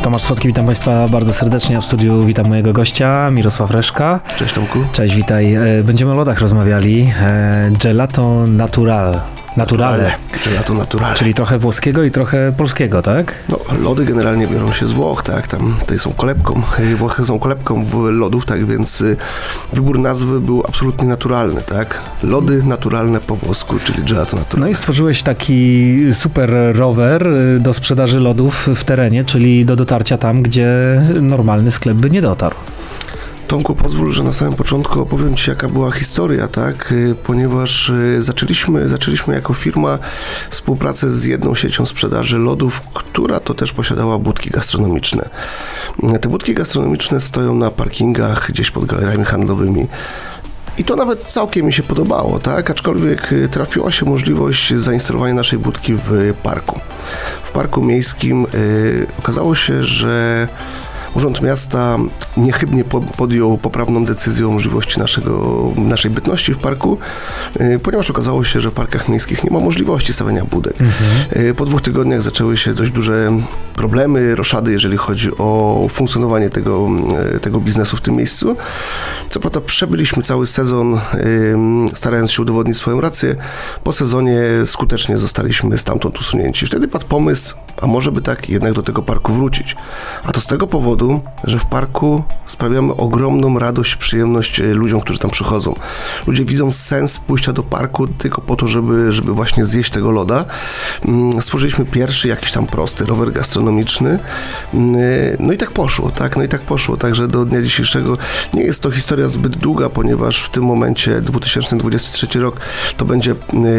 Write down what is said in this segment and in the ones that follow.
Tomasz Słodki, witam Państwa bardzo serdecznie. W studiu witam mojego gościa, Mirosław Reszka. Cześć Tomku. Cześć, witaj. Będziemy o lodach rozmawiali. Gelato Naturale. Gelato Naturale. Czyli trochę włoskiego i trochę polskiego, tak? No, lody generalnie biorą się z Włoch, tak? Tam tutaj są kolebką. Włochy są kolebką lodów, tak? Więc wybór nazwy był absolutnie naturalny, tak? Lody naturalne po włosku, czyli gelato naturale. No i stworzyłeś taki super rower do sprzedaży lodów w terenie, czyli do dotarcia tam, gdzie normalny sklep by nie dotarł. Tomku, pozwól, że na samym początku opowiem Ci, jaka była historia, tak? Ponieważ zaczęliśmy jako firma współpracę z jedną siecią sprzedaży lodów, która to też posiadała budki gastronomiczne. Te budki gastronomiczne stoją na parkingach, gdzieś pod galeriami handlowymi. I to nawet całkiem mi się podobało, tak? Aczkolwiek trafiła się możliwość zainstalowania naszej budki w parku. W parku miejskim okazało się, że Urząd Miasta niechybnie podjął poprawną decyzję o możliwości naszej bytności w parku, ponieważ okazało się, że w parkach miejskich nie ma możliwości stawiania budek. Po 2 tygodniach zaczęły się dość duże problemy, roszady, jeżeli chodzi o funkcjonowanie tego biznesu w tym miejscu. Co prawda przebyliśmy cały sezon, starając się udowodnić swoją rację. Po sezonie skutecznie zostaliśmy stamtąd usunięci. Wtedy padł pomysł, a może by tak jednak do tego parku wrócić. A to z tego powodu, że w parku sprawiamy ogromną radość, przyjemność ludziom, którzy tam przychodzą. Ludzie widzą sens pójścia do parku tylko po to, żeby właśnie zjeść tego loda. Stworzyliśmy pierwszy jakiś tam prosty rower gastronomiczny. No i tak poszło, tak? Także do dnia dzisiejszego nie jest to historia zbyt długa, ponieważ w tym momencie 2023 rok to będzie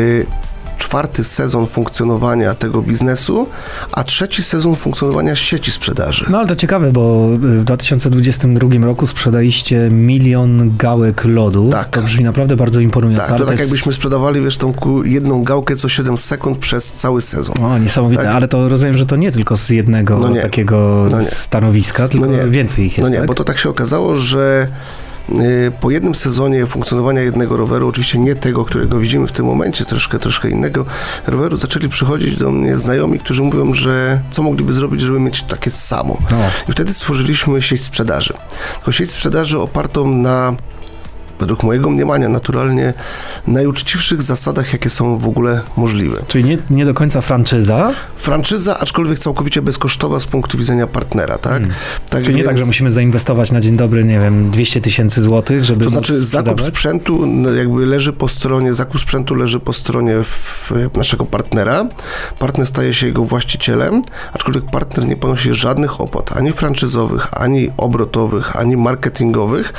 4. sezon funkcjonowania tego biznesu, a 3. sezon funkcjonowania sieci sprzedaży. No ale to ciekawe, bo w 2022 roku sprzedaliście 1 milion gałek lodu. Tak. To brzmi naprawdę bardzo imponująco. Tak, to tak jakbyśmy sprzedawali, wiesz, Tomku, jedną gałkę co 7 sekund przez cały sezon. O, niesamowite, tak? Ale to rozumiem, że to nie tylko z jednego takiego stanowiska, tylko więcej ich jest, No nie, tak? bo to tak się okazało, że po jednym sezonie funkcjonowania jednego roweru, oczywiście nie tego, którego widzimy w tym momencie, troszkę innego roweru, zaczęli przychodzić do mnie znajomi, którzy mówią, że co mogliby zrobić, żeby mieć takie samo. I wtedy stworzyliśmy sieć sprzedaży. Tylko sieć sprzedaży opartą na, według mojego mniemania, naturalnie najuczciwszych zasadach, jakie są w ogóle możliwe. Czyli nie do końca franczyza? Franczyza, aczkolwiek całkowicie bezkosztowa z punktu widzenia partnera, tak? Czyli więc nie tak, że musimy zainwestować na dzień dobry, nie wiem, 200 000 złotych, żeby to znaczy zakup sprzętu jakby leży po stronie, zakup sprzętu leży po stronie naszego partnera. Partner staje się jego właścicielem, aczkolwiek partner nie ponosi żadnych opłat, ani franczyzowych, ani obrotowych, ani marketingowych.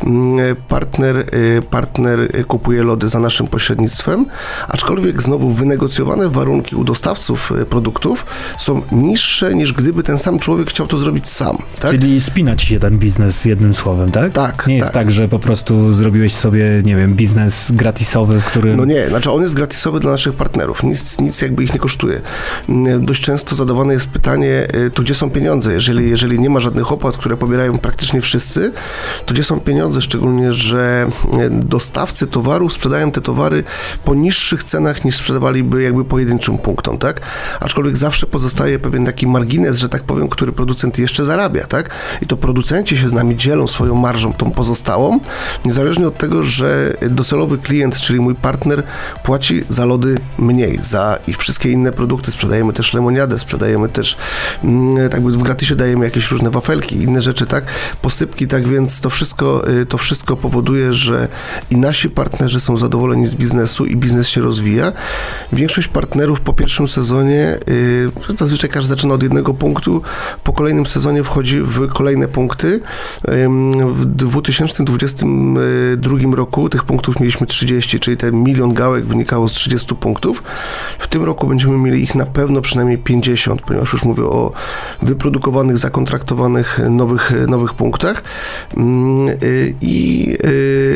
Partner kupuje lody za naszym pośrednictwem, aczkolwiek znowu wynegocjowane warunki u dostawców produktów są niższe, niż gdyby ten sam człowiek chciał to zrobić sam. Tak? Czyli spina ci się ten biznes jednym słowem, tak? Tak. Nie jest tak, że po prostu zrobiłeś sobie, nie wiem, biznes gratisowy, który... No nie, znaczy on jest gratisowy dla naszych partnerów. Nic jakby ich nie kosztuje. Dość często zadawane jest pytanie, to gdzie są pieniądze? Jeżeli nie ma żadnych opłat, które pobierają praktycznie wszyscy, to gdzie są pieniądze? Szczególnie, że dostawcy towarów sprzedają te towary po niższych cenach, niż sprzedawaliby jakby pojedynczym punktom, tak? Aczkolwiek zawsze pozostaje pewien taki margines, że tak powiem, który producent jeszcze zarabia, tak? I to producenci się z nami dzielą swoją marżą, tą pozostałą, niezależnie od tego, że docelowy klient, czyli mój partner, płaci za lody mniej, za ich wszystkie inne produkty. Sprzedajemy też lemoniadę, sprzedajemy też tak jakby w gratisie dajemy jakieś różne wafelki, inne rzeczy, tak? Posypki, tak więc to wszystko powoduje, że i nasi partnerzy są zadowoleni z biznesu i biznes się rozwija. Większość partnerów po pierwszym sezonie, zazwyczaj każdy zaczyna od jednego punktu, po kolejnym sezonie wchodzi w kolejne punkty. W 2022 roku tych punktów mieliśmy 30, czyli ten 1 milion gałek wynikało z 30 punktów. W tym roku będziemy mieli ich na pewno przynajmniej 50, ponieważ już mówię o wyprodukowanych, zakontraktowanych nowych punktach.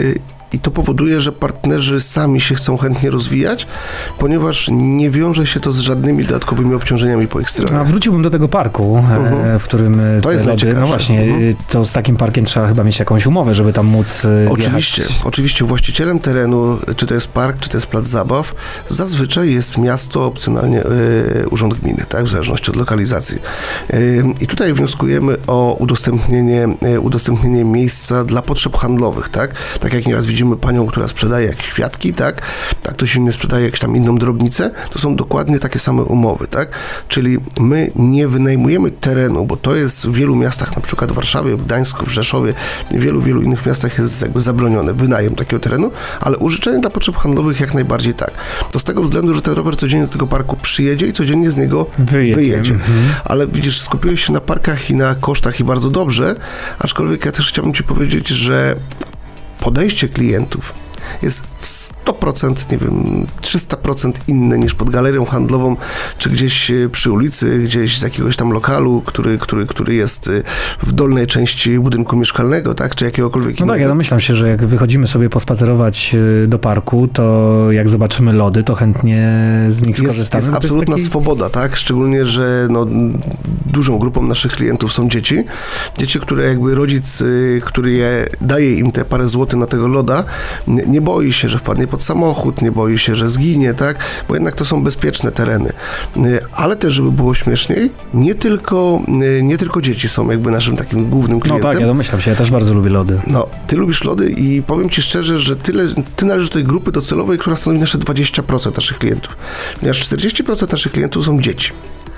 I to powoduje, że partnerzy sami się chcą chętnie rozwijać, ponieważ nie wiąże się to z żadnymi dodatkowymi obciążeniami po ich stronie. A wróciłbym do tego parku, w którym to jest lody, no właśnie, to z takim parkiem trzeba chyba mieć jakąś umowę, żeby tam móc Oczywiście właścicielem terenu, czy to jest park, czy to jest plac zabaw, zazwyczaj jest miasto, opcjonalnie urząd gminy, tak, w zależności od lokalizacji. I tutaj wnioskujemy o udostępnienie miejsca dla potrzeb handlowych, tak? Tak jak nieraz widzimy panią, która sprzedaje jakieś kwiatki, tak? Tak ktoś inny sprzedaje jakąś tam inną drobnicę, to są dokładnie takie same umowy, tak? Czyli my nie wynajmujemy terenu, bo to jest w wielu miastach, na przykład w Warszawie, w Gdańsku, w Rzeszowie, w wielu innych miastach jest jakby zabronione wynajem takiego terenu, ale użyczenie dla potrzeb handlowych jak najbardziej tak. To z tego względu, że ten rower codziennie do tego parku przyjedzie i codziennie z niego wyjedzie. Ale widzisz, skupiłeś się na parkach i na kosztach i bardzo dobrze, aczkolwiek ja też chciałbym Ci powiedzieć, że podejście klientów jest w 100%, nie wiem, 300% inne niż pod galerią handlową, czy gdzieś przy ulicy, gdzieś z jakiegoś tam lokalu, który jest w dolnej części budynku mieszkalnego, tak, czy jakiegokolwiek innego. No tak, ja domyślam się, że jak wychodzimy sobie pospacerować do parku, to jak zobaczymy lody, to chętnie z nich skorzystamy. Jest absolutna swoboda, tak, szczególnie, że no, dużą grupą naszych klientów są dzieci. Dzieci, które jakby rodzic, który daje im te parę złotych na tego loda, nie boi się, że wpadnie pod samochód, nie boi się, że zginie, tak? Bo jednak to są bezpieczne tereny. Ale też, żeby było śmieszniej, nie tylko dzieci są jakby naszym takim głównym klientem. No tak, ja domyślam się, ja też bardzo lubię lody. No, ty lubisz lody i powiem Ci szczerze, że ty należysz do tej grupy docelowej, która stanowi nasze 20% naszych klientów. Ponieważ 40% naszych klientów są dzieci.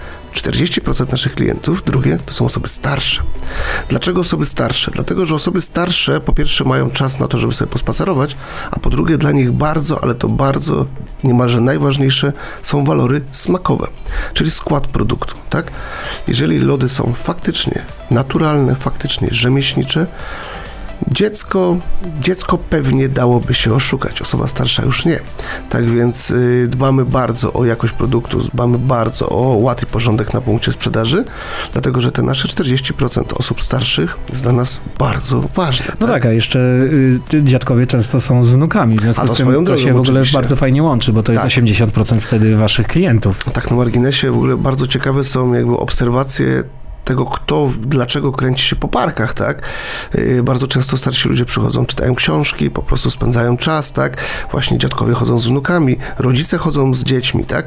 40% naszych klientów, drugie, to są osoby starsze. Dlaczego osoby starsze? Dlatego, że osoby starsze po pierwsze mają czas na to, żeby sobie pospacerować, a po drugie dla nich bardzo, ale to bardzo, niemalże najważniejsze są walory smakowe, czyli skład produktu, tak? Jeżeli lody są faktycznie naturalne, faktycznie rzemieślnicze, Dziecko pewnie dałoby się oszukać, osoba starsza już nie. Tak więc dbamy bardzo o jakość produktu, dbamy bardzo o ład i porządek na punkcie sprzedaży, dlatego że te nasze 40% osób starszych jest dla nas bardzo ważne. No tak, a jeszcze dziadkowie często są z wnukami, w związku z tym to się w ogóle bardzo fajnie łączy, bo to jest 80% wtedy waszych klientów. Tak, na marginesie w ogóle bardzo ciekawe są jakby obserwacje tego, dlaczego kręci się po parkach, tak? Bardzo często starsi ludzie przychodzą, czytają książki, po prostu spędzają czas, tak? Właśnie dziadkowie chodzą z wnukami, rodzice chodzą z dziećmi, tak?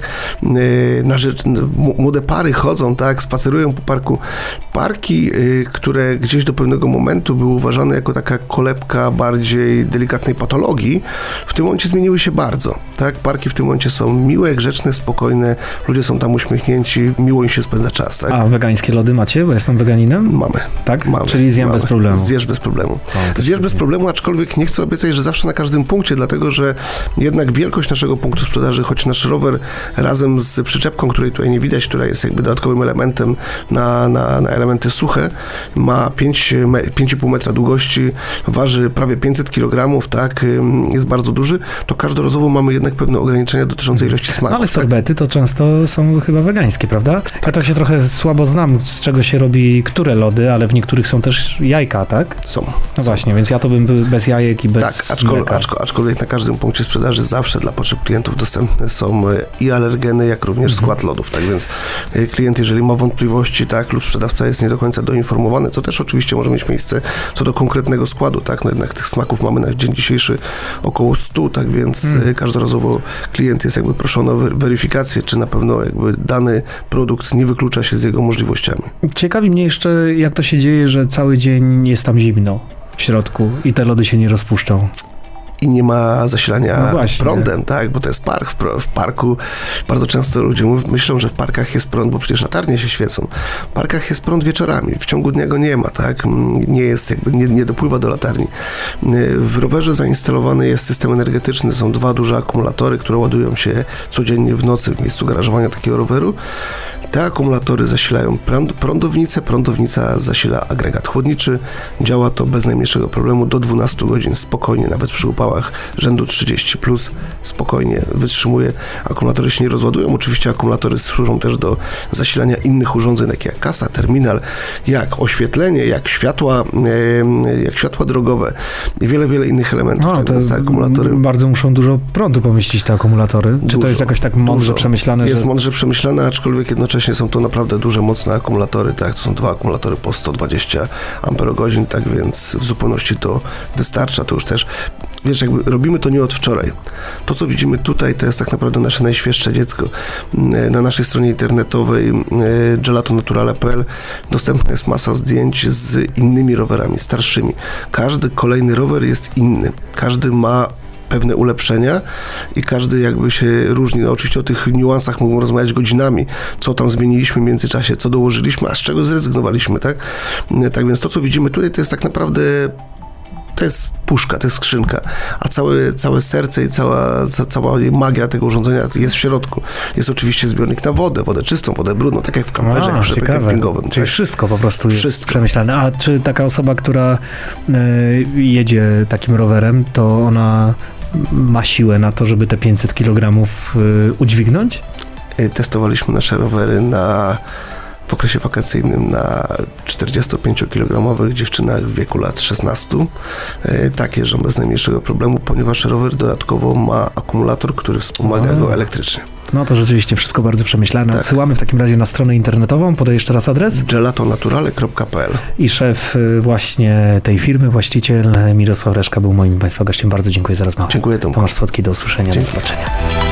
Młode pary chodzą, tak? Spacerują po parku. Parki, które gdzieś do pewnego momentu były uważane jako taka kolebka bardziej delikatnej patologii, w tym momencie zmieniły się bardzo, tak? Parki w tym momencie są miłe, grzeczne, spokojne, ludzie są tam uśmiechnięci, miło im się spędza czas, tak? A wegańskie lody macie? Bo jestem weganinem? Mamy. Tak? Czyli zjem bez problemu. Zjesz bez problemu. Zjesz bez problemu, aczkolwiek nie chcę obiecać, że zawsze na każdym punkcie, dlatego że jednak wielkość naszego punktu sprzedaży, choć nasz rower razem z przyczepką, której tutaj nie widać, która jest jakby dodatkowym elementem na elementy suche, ma 5,5 metra długości, waży prawie 500 kg, tak, jest bardzo duży, to każdorazowo mamy jednak pewne ograniczenia dotyczące ilości smaku. Ale sorbety to często są chyba wegańskie, prawda? Tak. Ja to się trochę słabo znam, z czego się robi które lody, ale w niektórych są też jajka, tak? Są. No właśnie, więc ja to bym był bez jajek i bez aczkolwiek na każdym punkcie sprzedaży zawsze dla potrzeb klientów dostępne są i alergeny, jak również skład lodów, tak więc klient, jeżeli ma wątpliwości, tak, lub sprzedawca jest nie do końca doinformowany, co też oczywiście może mieć miejsce co do konkretnego składu, tak, no jednak tych smaków mamy na dzień dzisiejszy około 100, tak więc każdorazowo klient jest jakby proszony o weryfikację, czy na pewno jakby dany produkt nie wyklucza się z jego możliwościami. Ciekawi mnie jeszcze, jak to się dzieje, że cały dzień jest tam zimno w środku i te lody się nie rozpuszczą. I nie ma zasilania prądem, tak, bo to jest park. W parku bardzo często ludzie myślą, że w parkach jest prąd, bo przecież latarnie się świecą. W parkach jest prąd wieczorami, w ciągu dnia go nie ma, tak, nie jest jakby, nie dopływa do latarni. W rowerze zainstalowany jest system energetyczny, są 2 duże akumulatory, które ładują się codziennie w nocy w miejscu garażowania takiego roweru. Te akumulatory zasilają prądownicę, prądownica zasila agregat chłodniczy. Działa to bez najmniejszego problemu do 12 godzin spokojnie, nawet przy upałach strzałach rzędu 30+, spokojnie wytrzymuje. Akumulatory się nie rozładują. Oczywiście akumulatory służą też do zasilania innych urządzeń, takie jak kasa, terminal, jak oświetlenie, jak światła drogowe i wiele innych elementów. No, to akumulatory bardzo muszą dużo prądu pomieścić te akumulatory. Czy to jest jakoś tak mądrze przemyślane? Jest mądrze przemyślane, aczkolwiek jednocześnie są to naprawdę duże, mocne akumulatory, tak? To są 2 akumulatory po 120 Ah, tak więc w zupełności to wystarcza. To już też, wiesz, jakby robimy to nie od wczoraj. To, co widzimy tutaj, to jest tak naprawdę nasze najświeższe dziecko. Na naszej stronie internetowej gelatonaturale.pl dostępna jest masa zdjęć z innymi rowerami, starszymi. Każdy kolejny rower jest inny. Każdy ma pewne ulepszenia i każdy jakby się różni. No, oczywiście o tych niuansach mogą rozmawiać godzinami, co tam zmieniliśmy w międzyczasie, co dołożyliśmy, a z czego zrezygnowaliśmy, tak? Tak więc to, co widzimy tutaj, to jest tak naprawdę to jest puszka, to jest skrzynka, a całe serce i cała magia tego urządzenia jest w środku. Jest oczywiście zbiornik na wodę czystą, wodę brudną, tak jak w kamperze, jak w sklepie kempingowym. Czyli wszystko po prostu jest przemyślane. A czy taka osoba, która jedzie takim rowerem, to ona ma siłę na to, żeby te 500 kg udźwignąć? Testowaliśmy nasze rowery w okresie wakacyjnym na 45-kilogramowych dziewczynach w wieku lat 16. Takie, że bez najmniejszego problemu, ponieważ rower dodatkowo ma akumulator, który wspomaga go elektrycznie. No to rzeczywiście wszystko bardzo przemyślane. Tak. Odsyłamy w takim razie na stronę internetową. Podaj jeszcze raz adres. gelatonaturale.pl. I szef właśnie tej firmy, właściciel Mirosław Reszka był moim Państwa gościem. Bardzo dziękuję za rozmowę. Dziękuję, Tomku. Tomasz Słodki, do usłyszenia, do zobaczenia.